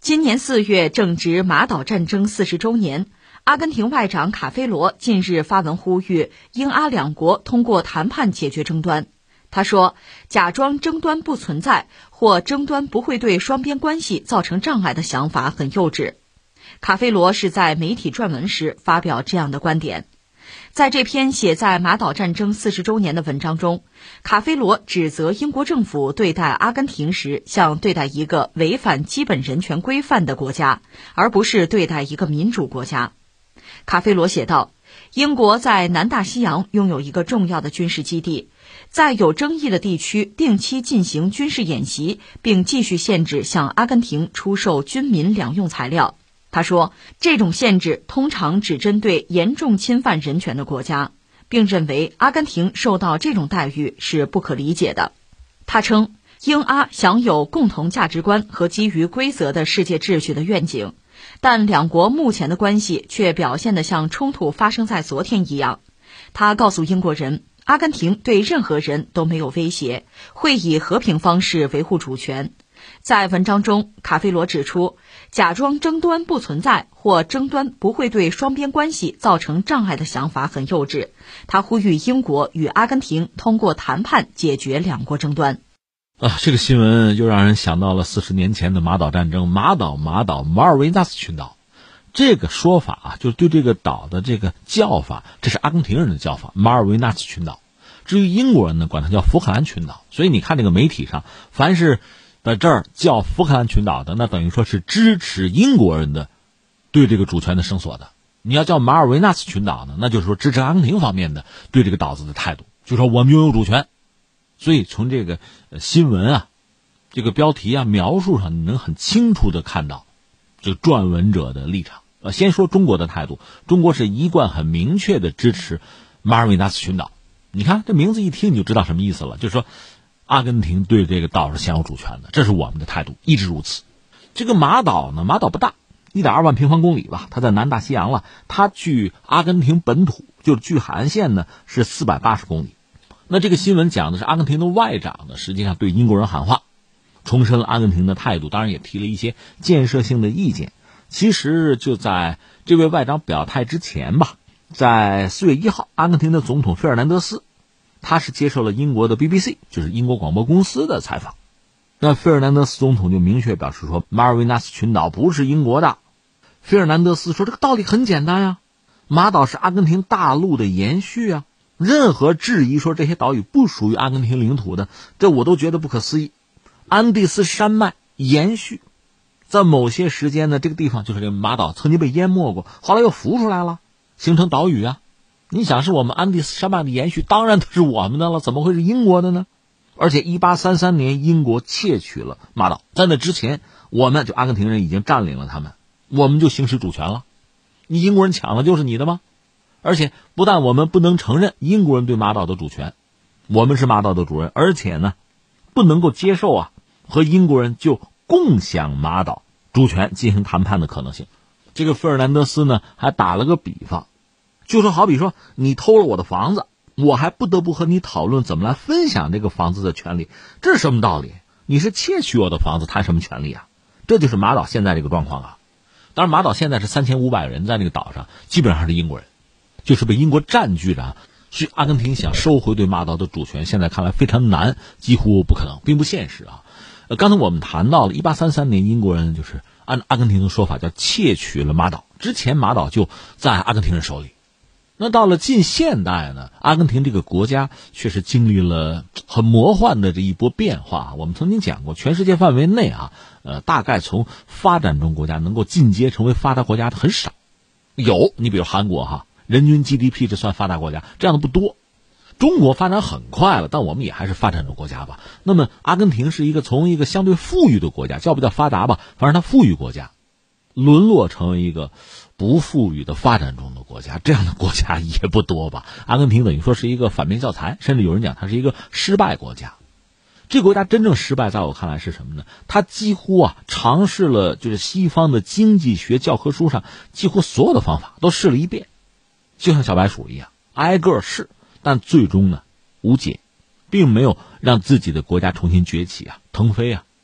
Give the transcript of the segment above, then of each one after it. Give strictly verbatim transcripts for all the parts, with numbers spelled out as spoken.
今年四月正值马岛战争四十周年，阿根廷外长卡菲罗近日发文呼吁英阿两国通过谈判解决争端。他说，假装争端不存在或争端不会对双边关系造成障碍的想法很幼稚。卡菲罗是在媒体撰文时发表这样的观点。在这篇写在马岛战争四十周年的文章中，卡菲罗指责英国政府对待阿根廷时像对待一个违反基本人权规范的国家，而不是对待一个民主国家。卡菲罗写道，英国在南大西洋拥有一个重要的军事基地，在有争议的地区定期进行军事演习，并继续限制向阿根廷出售军民两用材料。他说，这种限制通常只针对严重侵犯人权的国家，并认为阿根廷受到这种待遇是不可理解的。他称，英阿享有共同价值观和基于规则的世界秩序的愿景，但两国目前的关系却表现得像冲突发生在昨天一样。他告诉英国人，阿根廷对任何人都没有威胁，会以和平方式维护主权。在文章中，卡菲罗指出，假装争端不存在或争端不会对双边关系造成障碍的想法很幼稚。他呼吁英国与阿根廷通过谈判解决两国争端。 啊，这个新闻又让人想到了四十年前的马岛战争。马岛，马岛，马尔维纳斯群岛，这个说法啊，就是对这个岛的这个叫法，这是阿根廷人的叫法，马尔维纳斯群岛。至于英国人呢，管它叫福克兰群岛。所以你看这个媒体上，凡是在这儿叫福克兰群岛的，那等于说是支持英国人的对这个主权的声索的。你要叫马尔维纳斯群岛呢，那就是说支持阿根廷方面的对这个岛子的态度，就说我们拥有主权。所以从这个新闻啊，这个标题啊描述上，你能很清楚的看到这个撰文者的立场。呃，先说中国的态度，中国是一贯很明确的支持马尔维纳斯群岛。你看这名字一听你就知道什么意思了，就是说阿根廷对这个岛是享有主权的，这是我们的态度，一直如此。这个马岛呢，马岛不大， 一点二万平方公里吧，它在南大西洋了。它距阿根廷本土，就是距海岸线呢是四百八十公里。那这个新闻讲的是阿根廷的外长呢，实际上对英国人喊话，重申了阿根廷的态度，当然也提了一些建设性的意见。其实就在这位外长表态之前吧，在四月一号，阿根廷的总统费尔南德斯他是接受了英国的 B B C， 就是英国广播公司的采访。那费尔南德斯总统就明确表示说，马尔维纳斯群岛不是英国的。费尔南德斯说，这个道理很简单呀，马岛是阿根廷大陆的延续啊，任何质疑说这些岛屿不属于阿根廷领土的，这我都觉得不可思议。安第斯山脉延续，在某些时间呢，这个地方就是这个马岛曾经被淹没过，后来又浮出来了，形成岛屿啊。你想是我们安第斯山脉的延续，当然都是我们的了，怎么会是英国的呢？而且一八三三年英国窃取了马岛，在那之前我们就阿根廷人已经占领了他们，我们就行使主权了。你英国人抢了就是你的吗？而且不但我们不能承认英国人对马岛的主权，我们是马岛的主人，而且呢不能够接受啊和英国人就共享马岛主权进行谈判的可能性。这个费尔南德斯呢还打了个比方，就说好比说你偷了我的房子，我还不得不和你讨论怎么来分享这个房子的权利，这是什么道理？你是窃取我的房子，谈什么权利啊？这就是马岛现在这个状况啊。当然马岛现在是三千五百人在这个岛上，基本上是英国人，就是被英国占据着。是阿根廷想收回对马岛的主权，现在看来非常难，几乎不可能，并不现实啊。呃，刚才我们谈到了一八三三年英国人就是按阿根廷的说法叫窃取了马岛，之前马岛就在阿根廷人手里。那到了近现代呢，阿根廷这个国家确实经历了很魔幻的这一波变化。我们曾经讲过，全世界范围内啊，呃，大概从发展中国家能够进阶成为发达国家的很少。有，你比如韩国哈，人均 G D P 这算发达国家，这样的不多。中国发展很快了，但我们也还是发展中国家吧。那么阿根廷是一个从一个相对富裕的国家，叫不叫发达吧，反正它富裕国家，沦落成为一个不富裕的发展中的国家，这样的国家也不多吧。阿根廷等于说是一个反面教材，甚至有人讲它是一个失败国家。这个国家真正失败在我看来是什么呢？它几乎啊尝试了就是西方的经济学教科书上几乎所有的方法都试了一遍，就像小白鼠一样挨个试，但最终呢无解，并没有让自己的国家重新崛起啊腾飞啊。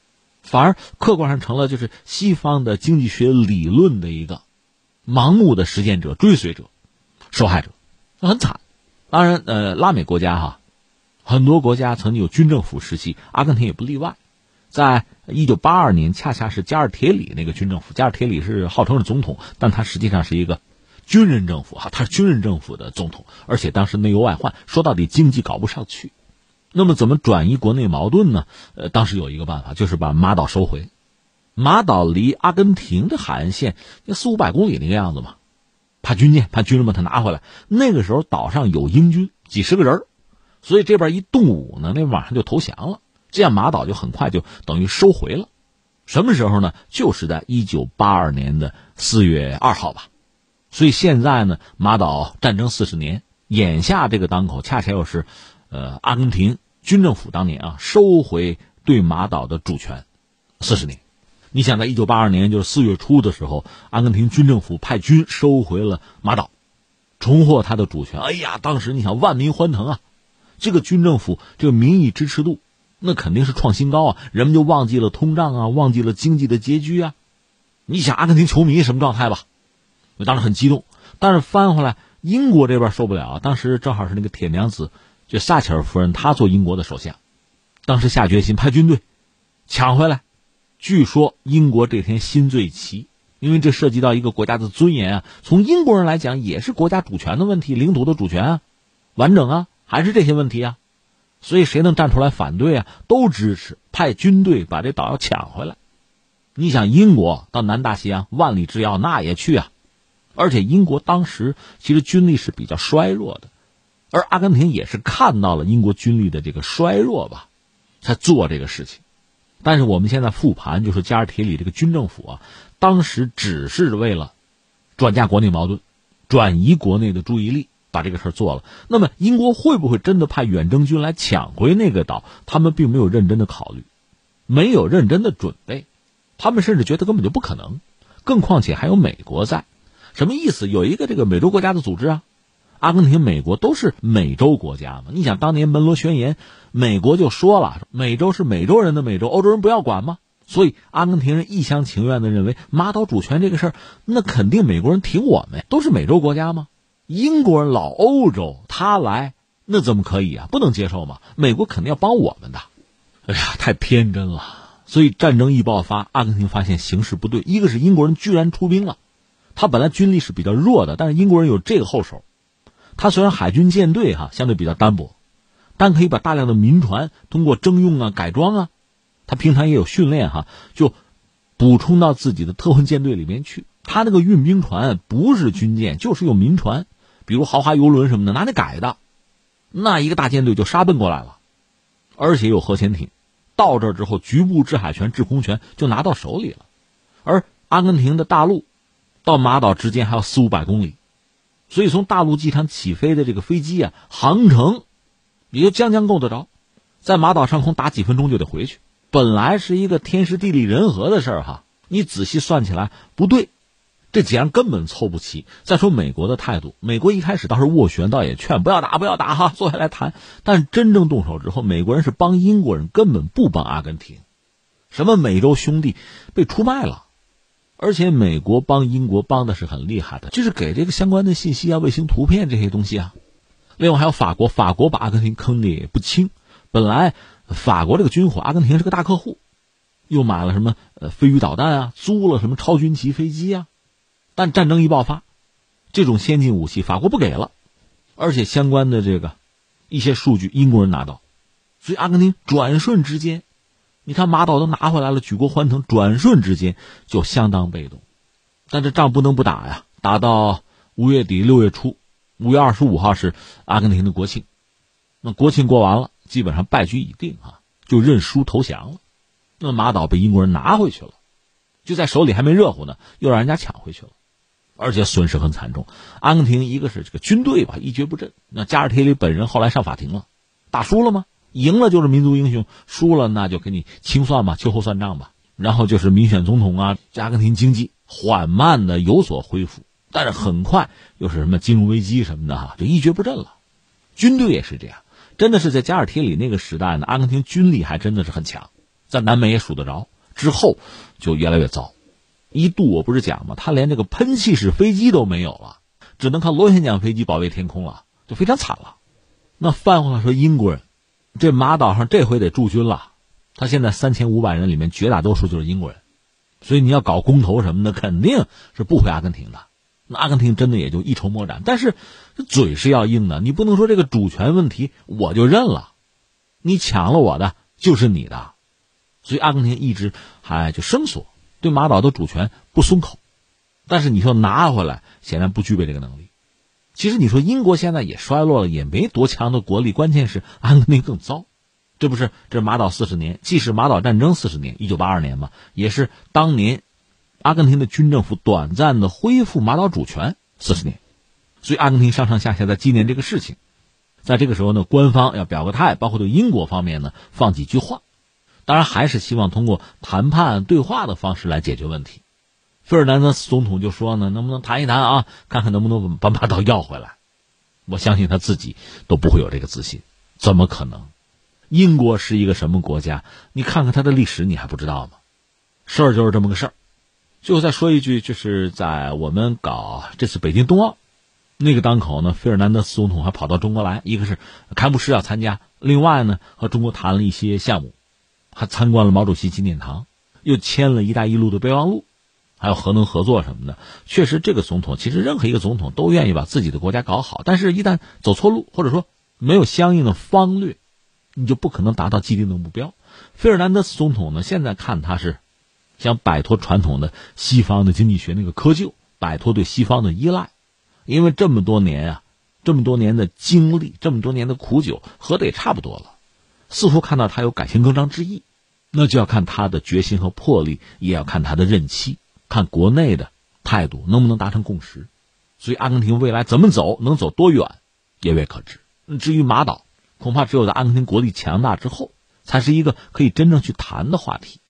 反而客观上成了就是西方的经济学理论的一个盲目的实践者、追随者、受害者，很惨。当然，呃，拉美国家哈，很多国家曾经有军政府时期，阿根廷也不例外。在一九八二年，恰恰是加尔铁里那个军政府，加尔铁里是号称是总统，但他实际上是一个军人政府哈，他是军人政府的总统，而且当时内忧外患，说到底经济搞不上去。那么怎么转移国内矛盾呢？呃，当时有一个办法，就是把马岛收回。马岛离阿根廷的海岸线就四五百公里那个样子嘛，派军舰，派军人把它拿回来。那个时候岛上有英军几十个人，所以这边一动武呢，那马上就投降了。这样马岛就很快就等于收回了。什么时候呢？就是在一九八二年的四月二号吧。所以现在呢，马岛战争四十年，眼下这个当口恰恰又是呃阿根廷军政府当年啊收回对马岛的主权四十年。你想在一九八二年就是四月初的时候，阿根廷军政府派军收回了马岛，重获他的主权。哎呀，当时你想万民欢腾啊，这个军政府这个民意支持度那肯定是创新高啊，人们就忘记了通胀啊，忘记了经济的拮据啊。你想阿根廷球迷什么状态吧？我当时很激动，但是翻回来英国这边受不了，当时正好是那个铁娘子就撒切尔夫人，她做英国的首相，当时下决心派军队抢回来。据说英国这天心醉奇，因为这涉及到一个国家的尊严啊，从英国人来讲也是国家主权的问题，领土的主权啊，完整啊，还是这些问题啊。所以谁能站出来反对啊？都支持派军队把这岛要抢回来。你想英国到南大西洋万里之遥那也去啊，而且英国当时其实军力是比较衰弱的，而阿根廷也是看到了英国军力的这个衰弱吧，才做这个事情。但是我们现在复盘，就是加尔铁里这个军政府啊，当时只是为了转嫁国内矛盾，转移国内的注意力，把这个事儿做了。那么英国会不会真的派远征军来抢回那个岛？他们并没有认真的考虑，没有认真的准备，他们甚至觉得根本就不可能。更况且还有美国在，什么意思？有一个这个美洲国家的组织啊，阿根廷、美国都是美洲国家嘛。你想当年门罗宣言，美国就说了，美洲是美洲人的美洲，欧洲人不要管吗？所以阿根廷人一厢情愿的认为马岛主权这个事儿，那肯定美国人挺我们，都是美洲国家吗？英国人老欧洲他来，那怎么可以啊？不能接受嘛，美国肯定要帮我们的。哎呀，太天真了。所以战争一爆发，阿根廷发现形势不对，一个是英国人居然出兵了，他本来军力是比较弱的，但是英国人有这个后手。他虽然海军舰队哈相对比较单薄，但可以把大量的民船通过征用啊、改装啊，他平常也有训练哈，就补充到自己的特混舰队里面去。他那个运兵船不是军舰，就是用民船，比如豪华游轮什么的，拿那改的，那一个大舰队就杀奔过来了，而且有核潜艇，到这儿之后，局部制海权、制空权就拿到手里了。而阿根廷的大陆到马岛之间还有四五百公里。所以从大陆机场起飞的这个飞机啊，航程也就将将够得着，在马岛上空打几分钟就得回去。本来是一个天时地利人和的事儿哈，你仔细算起来不对，这几样根本凑不齐。再说美国的态度，美国一开始倒是斡旋，倒也劝不要打不要打哈，坐下来谈。但真正动手之后，美国人是帮英国人，根本不帮阿根廷。什么美洲兄弟被出卖了。而且美国帮英国帮的是很厉害的，就是给这个相关的信息啊、卫星图片这些东西啊。另外还有法国，法国把阿根廷坑的也不轻。本来法国这个军火，阿根廷是个大客户，又买了什么呃飞鱼导弹啊，租了什么超军旗飞机啊。但战争一爆发，这种先进武器法国不给了，而且相关的这个一些数据英国人拿到，所以阿根廷转瞬之间。你看马岛都拿回来了，举国欢腾，转瞬之间就相当被动。但这仗不能不打呀，打到五月底六月初，五月二十五号是阿根廷的国庆。那国庆过完了，基本上败局已定啊，就认输投降了。那马岛被英国人拿回去了，就在手里还没热乎呢，又让人家抢回去了，而且损失很惨重。阿根廷一个是这个军队吧一蹶不振，那加尔铁里本人后来上法庭了，打输了吗？赢了就是民族英雄，输了那就给你清算吧，秋后算账吧。然后就是民选总统啊，阿根廷经济缓慢的有所恢复，但是很快又是什么金融危机什么的哈，就一蹶不振了。军队也是这样，真的是在加尔铁里那个时代呢，阿根廷军力还真的是很强，在南美也数得着， 之后就越来越糟。一度我不是讲吗？他连这个喷气式飞机都没有了，只能靠螺旋桨飞机保卫天空了，就非常惨了。那翻回来说，英国人这马岛上这回得驻军了，他现在三千五百人里面绝大多数就是英国人，所以你要搞公投什么的，肯定是不回阿根廷的。那阿根廷真的也就一筹莫展，但是嘴是要硬的，你不能说这个主权问题我就认了，你抢了我的就是你的，所以阿根廷一直还就生缩，对马岛的主权不松口。但是你说拿回来，显然不具备这个能力。其实你说英国现在也衰落了，也没多强的国力，关键是阿根廷更糟。这不是这马岛四十年，既是马岛战争四十年，一九八二年嘛，也是当年阿根廷的军政府短暂的恢复马岛主权四十年。所以阿根廷上上下下在纪念这个事情。在这个时候呢，官方要表个态，包括对英国方面呢放几句话，当然还是希望通过谈判对话的方式来解决问题。费尔南德斯总统就说呢，能不能谈一谈啊，看看能不能把马岛要回来。我相信他自己都不会有这个自信，怎么可能？英国是一个什么国家？你看看它的历史，你还不知道吗？事儿就是这么个事儿。最后再说一句，就是在我们搞这次北京冬奥那个当口呢，费尔南德斯总统还跑到中国来，一个是开幕式要参加，另外呢和中国谈了一些项目，还参观了毛主席纪念堂，又签了一带一路的备忘录，还有核能合作什么的。确实这个总统，其实任何一个总统都愿意把自己的国家搞好，但是一旦走错路，或者说没有相应的方略，你就不可能达到既定的目标。费尔南德斯总统呢，现在看他是想摆脱传统的西方的经济学那个窠臼，摆脱对西方的依赖。因为这么多年啊，这么多年的经历，这么多年的苦酒，喝的也差不多了，似乎看到他有改弦更张之意。那就要看他的决心和魄力，也要看他的任期，看国内的态度能不能达成共识。所以阿根廷未来怎么走，能走多远，也未可知。至于马岛，恐怕只有在阿根廷国力强大之后，才是一个可以真正去谈的话题。